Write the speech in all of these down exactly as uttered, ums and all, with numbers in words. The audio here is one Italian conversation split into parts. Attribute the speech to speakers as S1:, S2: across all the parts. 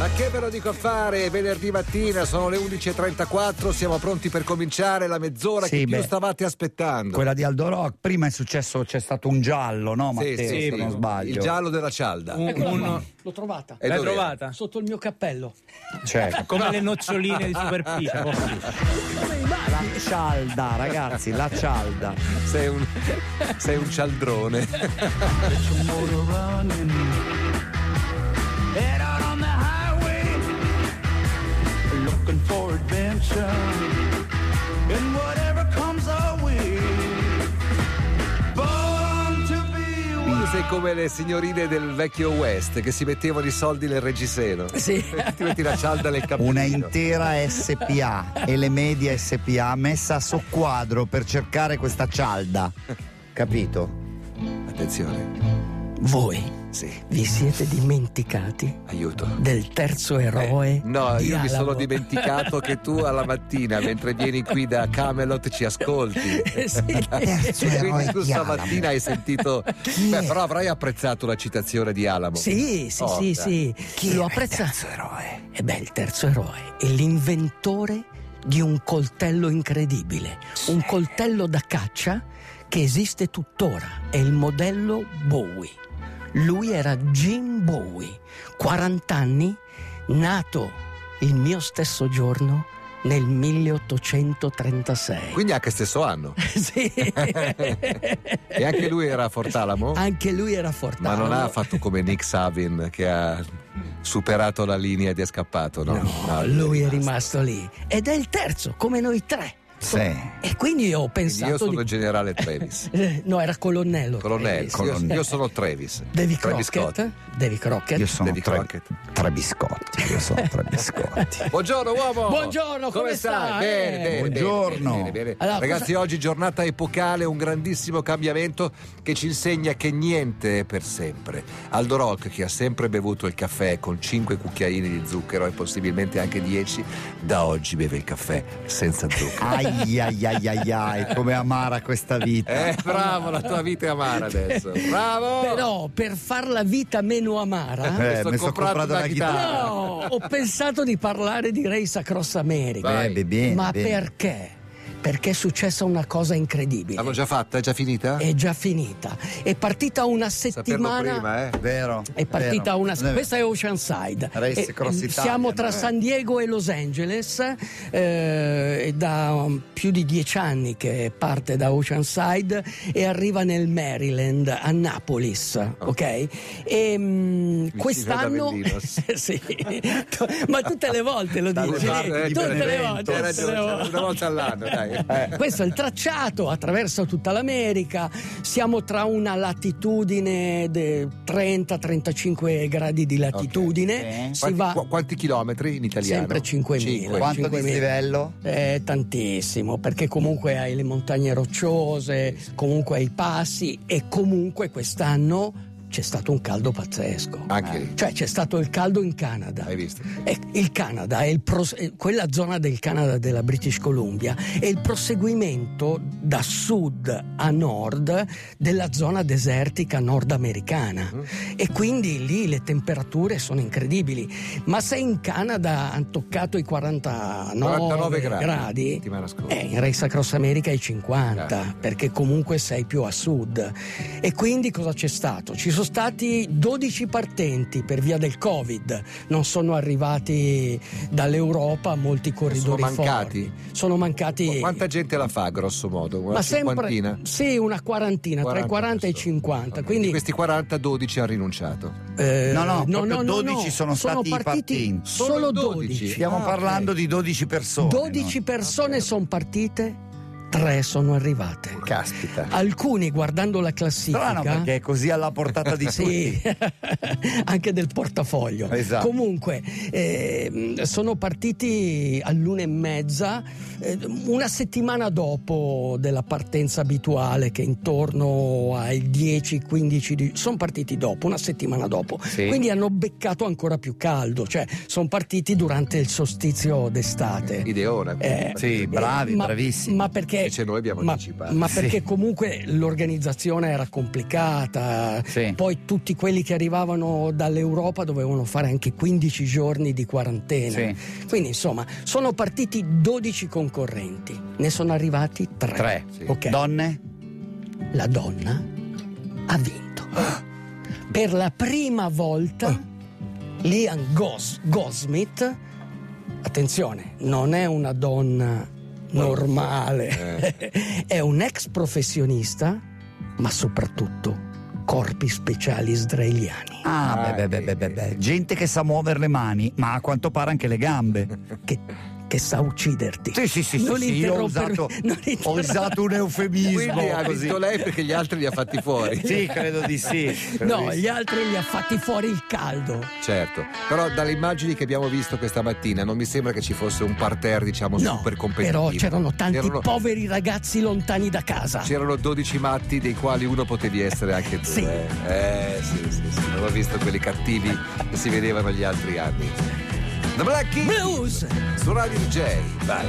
S1: Ma che ve lo dico a fare? Venerdì mattina sono le undici e trentaquattro, siamo pronti per cominciare la mezz'ora
S2: Sì,
S1: che più
S2: beh,
S1: stavate aspettando.
S2: Quella di Aldo Rock, prima è successo, c'è stato un giallo, no Matteo?
S1: Sì, sì,
S2: se
S1: sì,
S2: non sbaglio.
S1: il giallo della cialda.
S3: Un,
S4: Eccola
S3: un,
S4: qua, l'ho trovata.
S1: E
S3: l'hai
S1: dov'era?
S3: trovata?
S4: Sotto il mio cappello.
S2: Cioè,
S3: Come le noccioline di Super Pippo.
S2: la cialda, ragazzi, la cialda.
S1: Sei un, sei un cialdrone.
S5: Head out on the highway, looking for adventure, and whatever comes our way. Born to be
S1: Tu
S5: wild.
S1: sei come le signorine del vecchio West che si mettevano i soldi nel reggiseno.
S4: Sì.
S1: Ti metti la cialda nel cappellino.
S2: Una intera S P A e le media S P A messa a soqquadro per cercare questa cialda. Capito?
S1: Attenzione.
S4: Voi
S1: Sì.
S4: vi siete dimenticati
S1: Aiuto.
S4: del terzo eroe
S1: Eh, no,
S4: di
S1: io mi
S4: Alamo.
S1: sono dimenticato che tu alla mattina, mentre vieni qui da Camelot, ci ascolti.
S4: Eh, sì.
S2: Terzo
S1: Quindi
S2: eroe
S1: tu
S2: di
S1: stamattina
S2: Alamo.
S1: hai sentito. Beh, però avrai apprezzato la citazione di Alamo.
S4: Sì, sì,
S1: Oh,
S4: sì,
S1: dai.
S4: sì.
S2: Chi
S4: Lo
S2: era il
S4: apprezza.
S2: terzo eroe?
S4: E beh, il terzo eroe è l'inventore di un coltello incredibile, un coltello da caccia che esiste tuttora, è il modello Bowie. Lui era Jim Bowie, quaranta anni, nato il mio stesso giorno nel milleottocentotrentasei.
S1: Quindi anche stesso anno.
S4: Sì.
S1: E anche lui era a Fortalamo?
S4: Anche lui era
S1: Ma
S4: Fortalamo.
S1: non ha fatto come Nick Savin che ha superato la linea ed è scappato, no?
S4: No, lui è rimasto lì. Ed è il terzo, come noi tre.
S2: Sì.
S4: E quindi ho
S1: Quindi
S4: pensato
S1: io sono
S4: di...
S1: il generale Travis.
S4: Eh, No, era colonnello.
S1: Colonnello.
S4: Travis.
S1: Io, io sono Travis.
S4: Davy
S1: Travis
S4: Crockett.
S1: Scott.
S4: Davy Crockett.
S2: Io sono
S1: Davy
S2: tre,
S1: Crockett.
S2: tre biscotti. Io sono tre biscotti.
S1: Buongiorno uomo.
S4: Buongiorno, come
S1: stai?
S4: stai?
S1: Bene,
S4: Eh,
S1: bene,
S2: buongiorno.
S1: bene, bene, bene.
S4: Allora,
S1: Ragazzi,
S4: cosa-
S1: oggi giornata epocale, un grandissimo cambiamento che ci insegna che niente è per sempre. Aldo Rock, che ha sempre bevuto il caffè con cinque cucchiaini di zucchero e possibilmente anche dieci, da oggi beve il caffè senza zucchero.
S2: Ai ai ai ai ai, come amara questa vita.
S1: Eh, bravo, la tua vita è amara adesso. Bravo.
S4: Però per far la vita meno amara,
S2: Eh,
S1: sto
S2: mi sono
S1: comprando
S2: comprato
S1: una
S2: una chitarra.
S4: no, ho pensato di parlare di Race Across America.
S1: Vai.
S2: Beh, bene,
S4: Ma
S2: bene.
S4: perché? Perché è successa una cosa incredibile.
S1: L'hanno già fatta? È già finita?
S4: È già finita. È partita una
S1: Saperlo
S4: settimana.
S1: prima, eh.
S2: Vero?
S4: È partita
S2: vero.
S4: una.
S2: Eh,
S4: Questa è Oceanside.
S2: Race
S4: E,
S2: Across
S4: eh,
S2: Italia,
S4: siamo tra
S2: eh.
S4: San Diego e Los Angeles. Eh, da um, più di dieci anni che parte da Oceanside e arriva nel Maryland, a Napolis. Ok? E um, quest'anno.
S1: ad Avellino.
S4: Sì. Ma tutte le volte lo
S1: Dalle
S4: dici.
S1: parti, eh, di
S4: Tutte le
S1: Benevento.
S4: volte.
S1: Hai
S4: tutte le
S1: ragione,
S4: volte.
S1: una volta all'anno, dai.
S4: Questo è il tracciato, attraversa tutta l'America, siamo tra una latitudine di trenta trentacinque gradi di latitudine,
S2: Ok.
S4: si
S1: Quanti,
S4: va
S1: qu- quanti chilometri in italiano?
S4: sempre cinquemila.
S1: Cinque.
S2: Quanto di
S4: cinquemila.
S2: livello?
S4: Eh, tantissimo, perché comunque hai le montagne rocciose, comunque hai i passi e comunque quest'anno c'è stato un caldo pazzesco.
S1: Anche lì.
S4: Cioè c'è stato il caldo in Canada.
S1: Hai visto?
S4: E il Canada è il pros- è quella zona del Canada della British Columbia è il proseguimento da sud a nord della zona desertica nordamericana
S1: Mm.
S4: e quindi lì le temperature sono incredibili. Ma se in Canada hanno toccato i quarantanove,
S1: quarantanove gradi,
S4: gradi
S1: settimana scorsa.
S4: eh, in Race Across America i cinquanta,
S1: Eh.
S4: perché comunque sei più a sud. E quindi cosa c'è stato? Ci sono stati dodici partenti per via del Covid, non sono arrivati dall'Europa molti corridori
S1: Sono mancati?
S4: forti. Sono mancati.
S1: Quanta gente la fa grosso modo? Una
S4: Ma sempre
S1: cinquantina?
S4: sì, una quarantina, tra i quaranta e i
S1: persone.
S4: cinquanta.
S1: Ok,
S4: Quindi
S1: di questi quaranta, dodici hanno rinunciato.
S4: eh,
S2: No, no, proprio dodici sono stati
S4: partiti
S2: partiti.
S4: solo
S1: Solo
S4: dodici.
S1: dodici?
S2: Stiamo
S1: Ah, ok.
S2: parlando di dodici persone.
S4: dodici
S2: no?
S4: persone sono partite, tre sono arrivate.
S2: Caspita.
S4: Alcuni guardando la classifica.
S2: Strano perché è così alla portata di
S4: Sì,
S2: tutti.
S4: anche del portafoglio.
S2: Esatto.
S4: Comunque ehm, sono partiti all'una e mezza, eh, una settimana dopo della partenza abituale, che è intorno ai dieci quindici di... sono partiti dopo, una settimana dopo.
S2: Sì.
S4: Quindi hanno beccato ancora più caldo, cioè sono partiti durante il solstizio d'estate.
S1: Ideone.
S4: Eh,
S2: Sì, bravi,
S4: ma,
S2: bravissimi.
S4: Ma perché
S1: Invece noi abbiamo
S4: ma,
S1: anticipato.
S4: ma perché
S2: Sì.
S4: comunque l'organizzazione era complicata,
S2: Sì.
S4: poi tutti quelli che arrivavano dall'Europa dovevano fare anche quindici giorni di quarantena.
S2: Sì.
S4: Quindi insomma sono partiti dodici concorrenti, ne sono arrivati tre.
S2: Tre.
S1: Sì.
S4: Ok.
S2: Donne?
S4: La donna ha vinto. Per la prima volta Lian Gos- Goldsmith, attenzione, non è una donna normale, è un ex professionista, ma soprattutto corpi speciali israeliani
S2: Ah, beh, beh, beh, beh, beh. Gente che sa muovere le mani, ma a quanto pare anche le gambe.
S4: che, che sa ucciderti.
S2: Sì, sì, sì,
S4: Non
S2: sì, sì, io ho
S4: interrompermi-
S2: usato,
S4: non
S2: ho
S4: interrompermi.
S2: usato un eufemismo.
S1: Quindi ha
S2: così.
S1: vinto lei perché gli altri li ha fatti fuori.
S2: Sì, credo di sì. credo
S4: No,
S2: di sì.
S4: gli altri li ha fatti fuori il caldo.
S1: Certo, però dalle immagini che abbiamo visto questa mattina non mi sembra che ci fosse un parterre, diciamo,
S4: No,
S1: super competitivo.
S4: però c'erano tanti
S1: C'erano-
S4: poveri ragazzi lontani da casa.
S1: C'erano dodici matti dei quali uno potevi essere anche tu.
S4: Sì.
S1: Eh, eh sì, sì, sì. Non ho visto quelli cattivi che si vedevano gli altri anni. The Black Keys
S4: Blues.
S1: su Radio D J. Vai.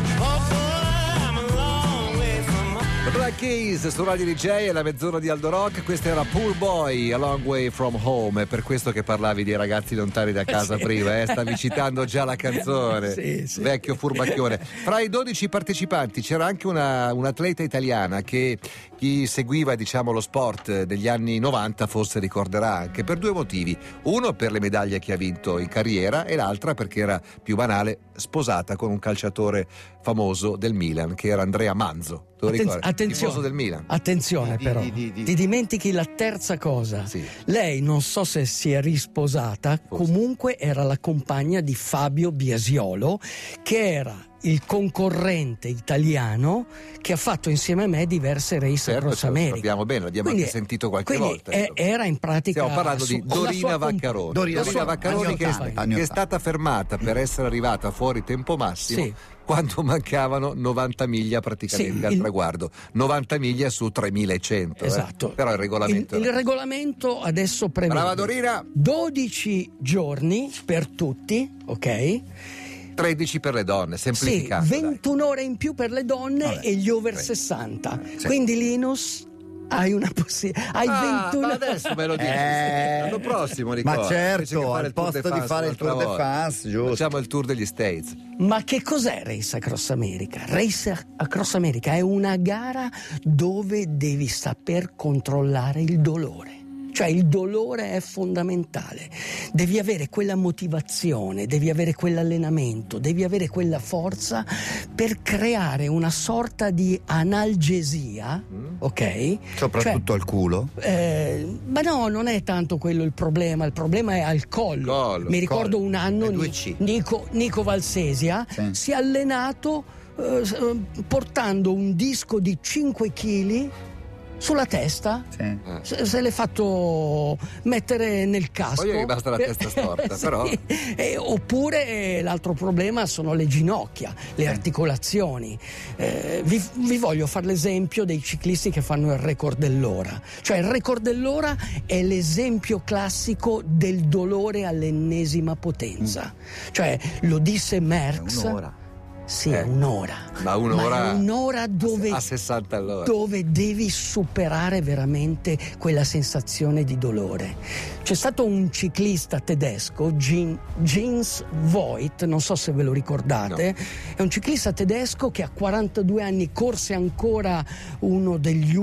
S1: The Black Keys su Radio D J e la mezz'ora di Aldo Rock. Questa era Poor Boy, A Long Way From Home. È per questo che parlavi dei ragazzi lontani da casa
S4: Sì.
S1: prima, eh? Stavi citando già la canzone.
S4: Sì, sì.
S1: Vecchio furbacchione. Fra i dodici partecipanti c'era anche una, un'atleta italiana che chi seguiva, diciamo, lo sport degli anni novanta forse ricorderà anche per due motivi. Uno per le medaglie che ha vinto in carriera e l'altra perché era più banale, sposata con un calciatore famoso del Milan che era Andrea Manzo. Te lo
S4: Atten-
S1: ricordi?
S4: attenzione.
S1: Tifoso del Milan.
S4: Attenzione
S2: Di-
S4: però,
S2: di- di- di-
S4: ti dimentichi la terza cosa.
S1: Sì.
S4: Lei non so se si è risposata,
S1: Forse.
S4: comunque era la compagna di Fabio Biasiolo, che era il concorrente italiano che ha fatto insieme a me diverse race
S1: Certo,
S4: across
S1: ce lo
S4: America.
S1: sappiamo bene, l'abbiamo
S4: Quindi-
S1: anche sentito qualche
S4: quindi
S1: volta.
S4: è- era in pratica
S1: Stiamo parlando di
S4: su- la
S1: Dorina
S4: sua comp-
S1: Vaccaroni.
S2: Dorina,
S1: Dorina
S2: sua-
S1: Vaccaroni
S2: anni
S1: che, è,
S2: ottanta, anni
S1: che è
S2: ottanta.
S1: stata fermata per essere arrivata fuori tempo massimo
S4: Sì.
S1: quando mancavano novanta miglia praticamente
S4: Sì,
S1: al
S4: il-
S1: traguardo. novanta miglia su tremilacento. eh.
S4: Esatto.
S1: Però il regolamento.
S4: Il, il
S1: era-
S4: regolamento adesso prevede
S1: Brava Dorina!
S4: dodici giorni per tutti, ok?
S1: tredici per le donne,
S4: Sì,
S1: semplificato. dai.
S4: ventuno ore in più per le donne
S2: Vabbè,
S4: e gli over
S1: sì.
S4: sessanta.
S1: Sì.
S4: Quindi Linus hai una possibilità. Hai
S1: Ah,
S4: ventuno
S1: ma adesso me lo dici.
S2: Eh.
S1: L'anno prossimo,
S2: Ma
S1: ricordo. invece che
S2: certo,
S1: fare
S2: al
S1: il Tour de
S2: posto di
S1: France
S2: fare il Tour de
S1: un'altra volta.
S2: France, giusto.
S1: Facciamo il tour degli States.
S4: Ma che cos'è Race Across America? Race Across America è una gara dove devi saper controllare il dolore. Cioè il dolore è fondamentale, devi avere quella motivazione, devi avere quell'allenamento, devi avere quella forza per creare una sorta di analgesia, ok?
S2: Soprattutto al culo.
S4: Cioè, eh, ma no, non è tanto quello il problema, il problema è al collo.
S1: Collo,
S4: Mi ricordo
S2: collo.
S4: un anno
S2: Le due
S4: Ni-
S2: C.
S4: Nico, Nico Valsesia
S2: Sì.
S4: si è allenato eh, s- eh, portando un disco di cinque chili sulla testa.
S2: Sì.
S4: Se, se l'è fatto mettere nel casco.
S1: Poi è rimasta la testa storta,
S4: Sì.
S1: però.
S4: Eh, oppure eh, l'altro problema sono le ginocchia, le articolazioni. Eh, vi, vi voglio fare l'esempio dei ciclisti che fanno il record dell'ora. Cioè il record dell'ora è l'esempio classico del dolore all'ennesima potenza. Cioè lo disse Merckx.
S2: Un'ora.
S4: Sì,
S1: Eh.
S4: è un'ora.
S1: Ma un'ora-
S4: è un'ora dove
S1: a sessanta all'ora.
S4: dove devi superare veramente quella sensazione di dolore. C'è stato un ciclista tedesco, Jean, Jens Voigt, non so se ve lo ricordate, è un ciclista tedesco che a quarantadue anni corse ancora uno degli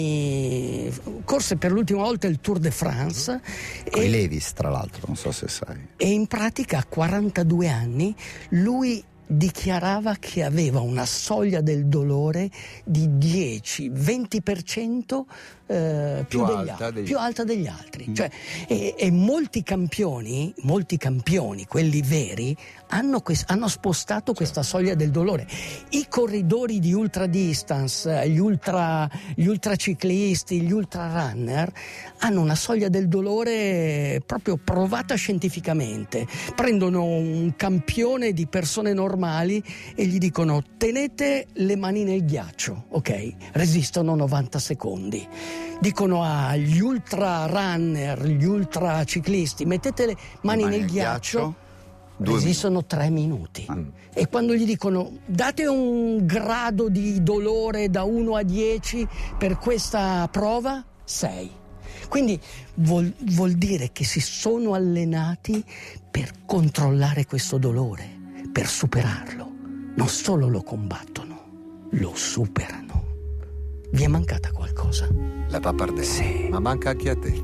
S4: ultimi, corse per l'ultima volta il Tour de France
S2: Con i
S4: e,
S2: Levis, tra l'altro, non so se sai.
S4: e in pratica a quarantadue anni lui dichiarava che aveva una soglia del dolore di dieci venti per cento eh, più,
S1: Più
S4: degli
S1: alta
S4: altri,
S1: degli-
S4: più alta degli altri. Cioè, e, e molti campioni, molti campioni, quelli veri, hanno, quest- hanno spostato questa soglia del dolore. I corridori di ultra distance, gli ultra, gli ultraciclisti, gli ultra runner hanno una soglia del dolore proprio provata scientificamente. Prendono un campione di persone normali e gli dicono: tenete le mani nel ghiaccio, ok? Resistono novanta secondi. Dicono agli ultra runner, gli ultra ciclisti: mettete le mani,
S2: mani
S4: nel
S2: nel
S4: ghiaccio,
S2: ghiaccio. Due
S4: resistono tre minuti.
S2: Ah.
S4: E quando gli dicono date un grado di dolore da uno a dieci per questa prova, sei. Quindi vuol, vuol dire che si sono allenati per controllare questo dolore, per superarlo. Non solo lo combattono, lo superano. Vi è mancata qualcosa?
S1: La pappardella.
S4: Sì.
S1: Ma manca anche a te.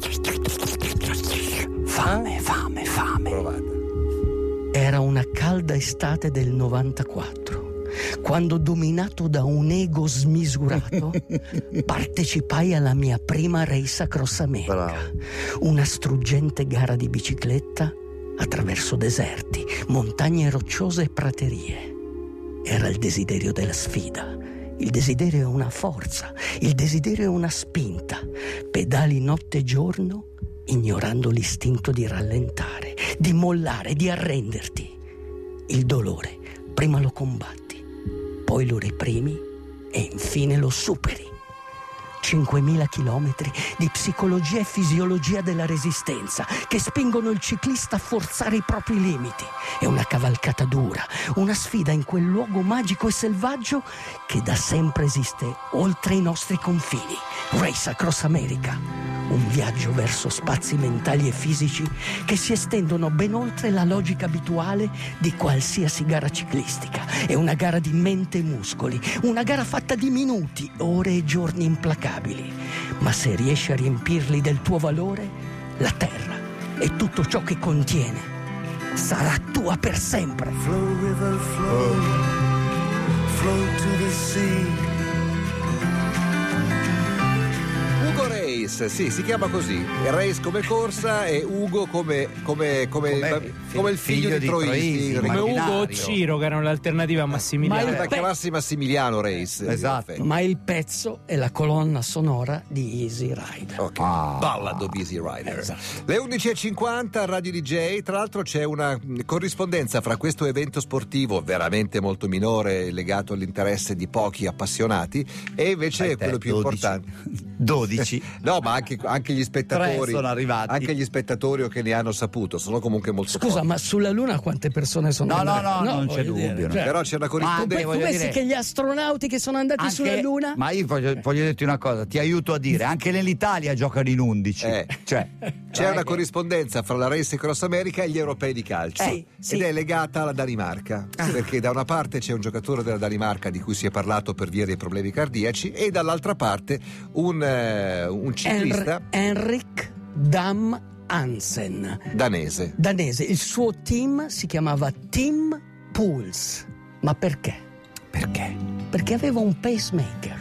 S4: Fame, fame, fame.
S1: Provate.
S4: Era una calda estate del novantaquattro, quando, dominato da un ego smisurato, partecipai alla mia prima Race Across America,
S2: Bravo.
S4: una struggente gara di bicicletta attraverso deserti, montagne rocciose e praterie. Era il desiderio della sfida. Il desiderio è una forza, il desiderio è una spinta. Pedali notte e giorno, ignorando l'istinto di rallentare, di mollare, di arrenderti. Il dolore prima lo combatti, poi lo reprimi e infine lo superi. cinquemila chilometri di psicologia e fisiologia della resistenza che spingono il ciclista a forzare i propri limiti. È una cavalcata dura, una sfida in quel luogo magico e selvaggio che da sempre esiste oltre i nostri confini. Race Across America, un viaggio verso spazi mentali e fisici che si estendono ben oltre la logica abituale di qualsiasi gara ciclistica. È una gara di mente e muscoli, una gara fatta di minuti, ore e giorni implacabili. Ma se riesci a riempirli del tuo valore, la terra e tutto ciò che contiene sarà tua per sempre.
S5: Flow, river, flow, flow to the sea.
S1: Ugo Race, sì, si chiama così. Race come corsa e Ugo come, come, come,
S2: Come
S1: il, come il figlio,
S2: figlio
S1: di
S2: di
S1: Troisi.
S2: Troisi,
S1: il
S3: Come
S2: Macchinario.
S3: Ugo o Ciro, che erano l'alternativa a Massimiliano.
S4: Ma il
S1: Da
S4: pe-
S1: chiamarsi Massimiliano Race.
S2: Esatto.
S1: in effetti.
S4: Ma il pezzo è la colonna sonora di Easy Rider.
S1: Ok,
S2: Ah.
S1: Ballad of Easy Rider.
S4: Esatto.
S1: Le undici e cinquanta Radio D J. Tra l'altro c'è una mh, corrispondenza fra questo evento sportivo veramente molto minore, legato all'interesse di pochi appassionati, e invece
S2: Fai te,
S1: quello più
S2: dodici.
S1: importante.
S2: dodici.
S1: No, ma anche, anche gli spettatori
S2: Tre sono arrivati.
S1: anche gli spettatori o che ne hanno saputo sono comunque molto
S4: Scusa,
S1: pochi.
S4: ma sulla Luna quante persone sono
S2: No, no,
S4: andate?
S2: no, non c'è
S4: voglio dire,
S2: dubbio, no.
S4: cioè,
S1: Però c'è una
S2: Ma
S1: corrispondenza.
S2: anche, voglio
S4: pensi
S2: dire-
S4: che gli astronauti che sono andati
S2: Anche-
S4: sulla Luna?
S2: Ma io voglio, voglio dirti una cosa, ti aiuto a dire, anche nell'Italia giocano in undici.
S1: Eh.
S2: Cioè,
S1: C'è
S2: non è
S1: una
S2: che-
S1: corrispondenza fra la Race Across America e gli europei di calcio,
S4: Eh, sì.
S1: ed è legata alla Danimarca, perché da una parte c'è un giocatore della Danimarca di cui si è parlato per via dei problemi cardiaci, e dall'altra parte un, eh, un ciclista
S4: Henr- Henrik Dam Hansen,
S1: danese.
S4: danese. Il suo team si chiamava Team Pulse. Ma perché?
S2: Perché?
S4: Perché aveva un pacemaker.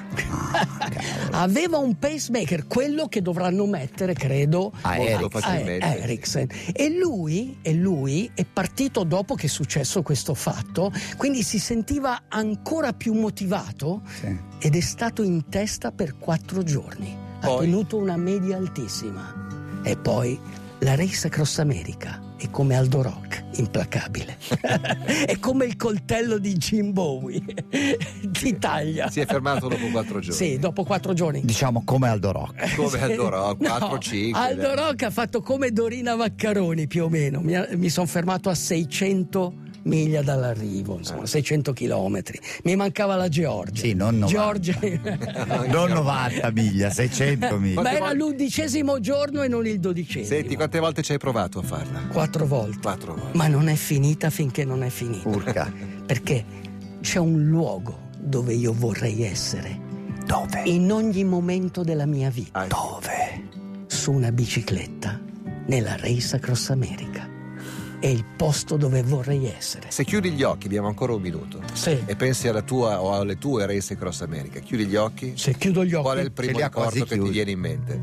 S4: aveva un pacemaker, quello che dovranno mettere, credo,
S2: A
S1: Molto
S2: Ericsson.
S1: facilmente,
S4: a
S1: sì.
S4: Ericsson. E lui, e lui è partito dopo che è successo questo fatto, quindi si sentiva ancora più motivato
S2: Sì.
S4: ed è stato in testa per quattro giorni. Ha
S1: Poi?
S4: tenuto una media altissima. E poi la Race Across America è come Aldo Rock, implacabile. È come il coltello di Jim Bowie. Ti taglia.
S1: Si è fermato dopo quattro giorni.
S4: Sì, dopo quattro giorni.
S2: Diciamo come Aldo Rock.
S1: Come Aldo Rock,
S4: No,
S1: quattro cinque.
S4: Aldo Rock ha fatto come Dorina Vaccaroni più o meno. Mi, mi sono fermato a seicento miglia dall'arrivo, insomma, seicento chilometri. Mi mancava la Georgia.
S2: Sì, non novanta.
S4: Georgia.
S2: Non novanta miglia, seicento miglia.
S4: Ma
S1: Quante
S4: era
S1: volte-
S4: l'undicesimo giorno e non il dodicesimo.
S1: Senti, quante volte ci hai provato a farla?
S4: Quattro volte.
S1: Quattro volte.
S4: Ma non è finita finché non è finita.
S2: Urca.
S4: Perché c'è un luogo dove io vorrei essere.
S2: Dove?
S4: In ogni momento della mia vita.
S1: Ah,
S2: Dove?
S4: Su una bicicletta nella Race Across America. È il posto dove vorrei essere.
S1: Se chiudi gli occhi, abbiamo ancora un minuto,
S4: Sì.
S1: e pensi alla tua o alle tue Race Across America, chiudi gli occhi.
S4: Se chiudo gli occhi.
S1: Qual è il primo
S2: Ce li ha quasi
S1: ricordo che ti
S2: chiusi.
S1: viene in mente?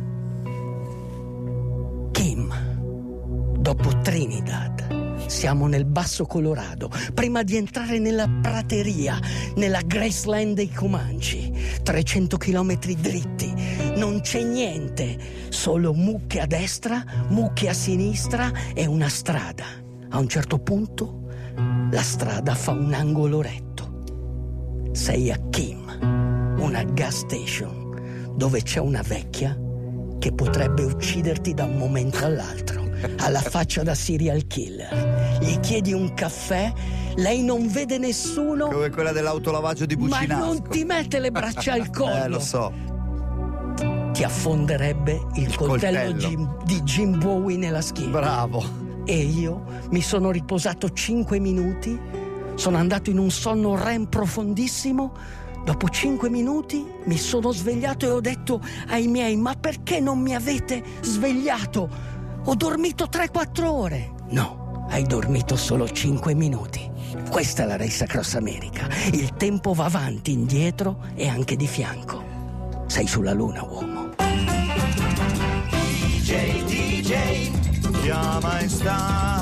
S4: Kim. Dopo Trinidad. Siamo nel Basso Colorado, prima di entrare nella prateria, nella Graceland dei Comanci. trecento chilometri dritti, non c'è niente, solo mucche a destra, mucche a sinistra e una strada. A un certo punto la strada fa un angolo retto. Sei a Kim, una gas station, dove c'è una vecchia che potrebbe ucciderti da un momento all'altro. alla faccia da serial killer. Gli chiedi un caffè, lei non vede nessuno.
S2: Come quella dell'autolavaggio di
S4: Ma
S2: Bucinasco.
S4: non ti mette le braccia al collo.
S2: Eh, lo so.
S4: Ti affonderebbe il,
S2: Il
S4: coltello,
S2: coltello.
S4: Jim- di Jim Bowie nella schiena.
S2: Bravo.
S4: E io mi sono riposato cinque minuti, sono andato in un sonno REM profondissimo. Dopo cinque minuti mi sono svegliato e ho detto ai miei: ma perché non mi avete svegliato? Ho dormito tre quattro ore. No, hai dormito solo cinque minuti. Questa è la Race Across America. Il tempo va avanti, indietro e anche di fianco. Sei sulla luna, uomo.
S5: D J, D J, chiama in sta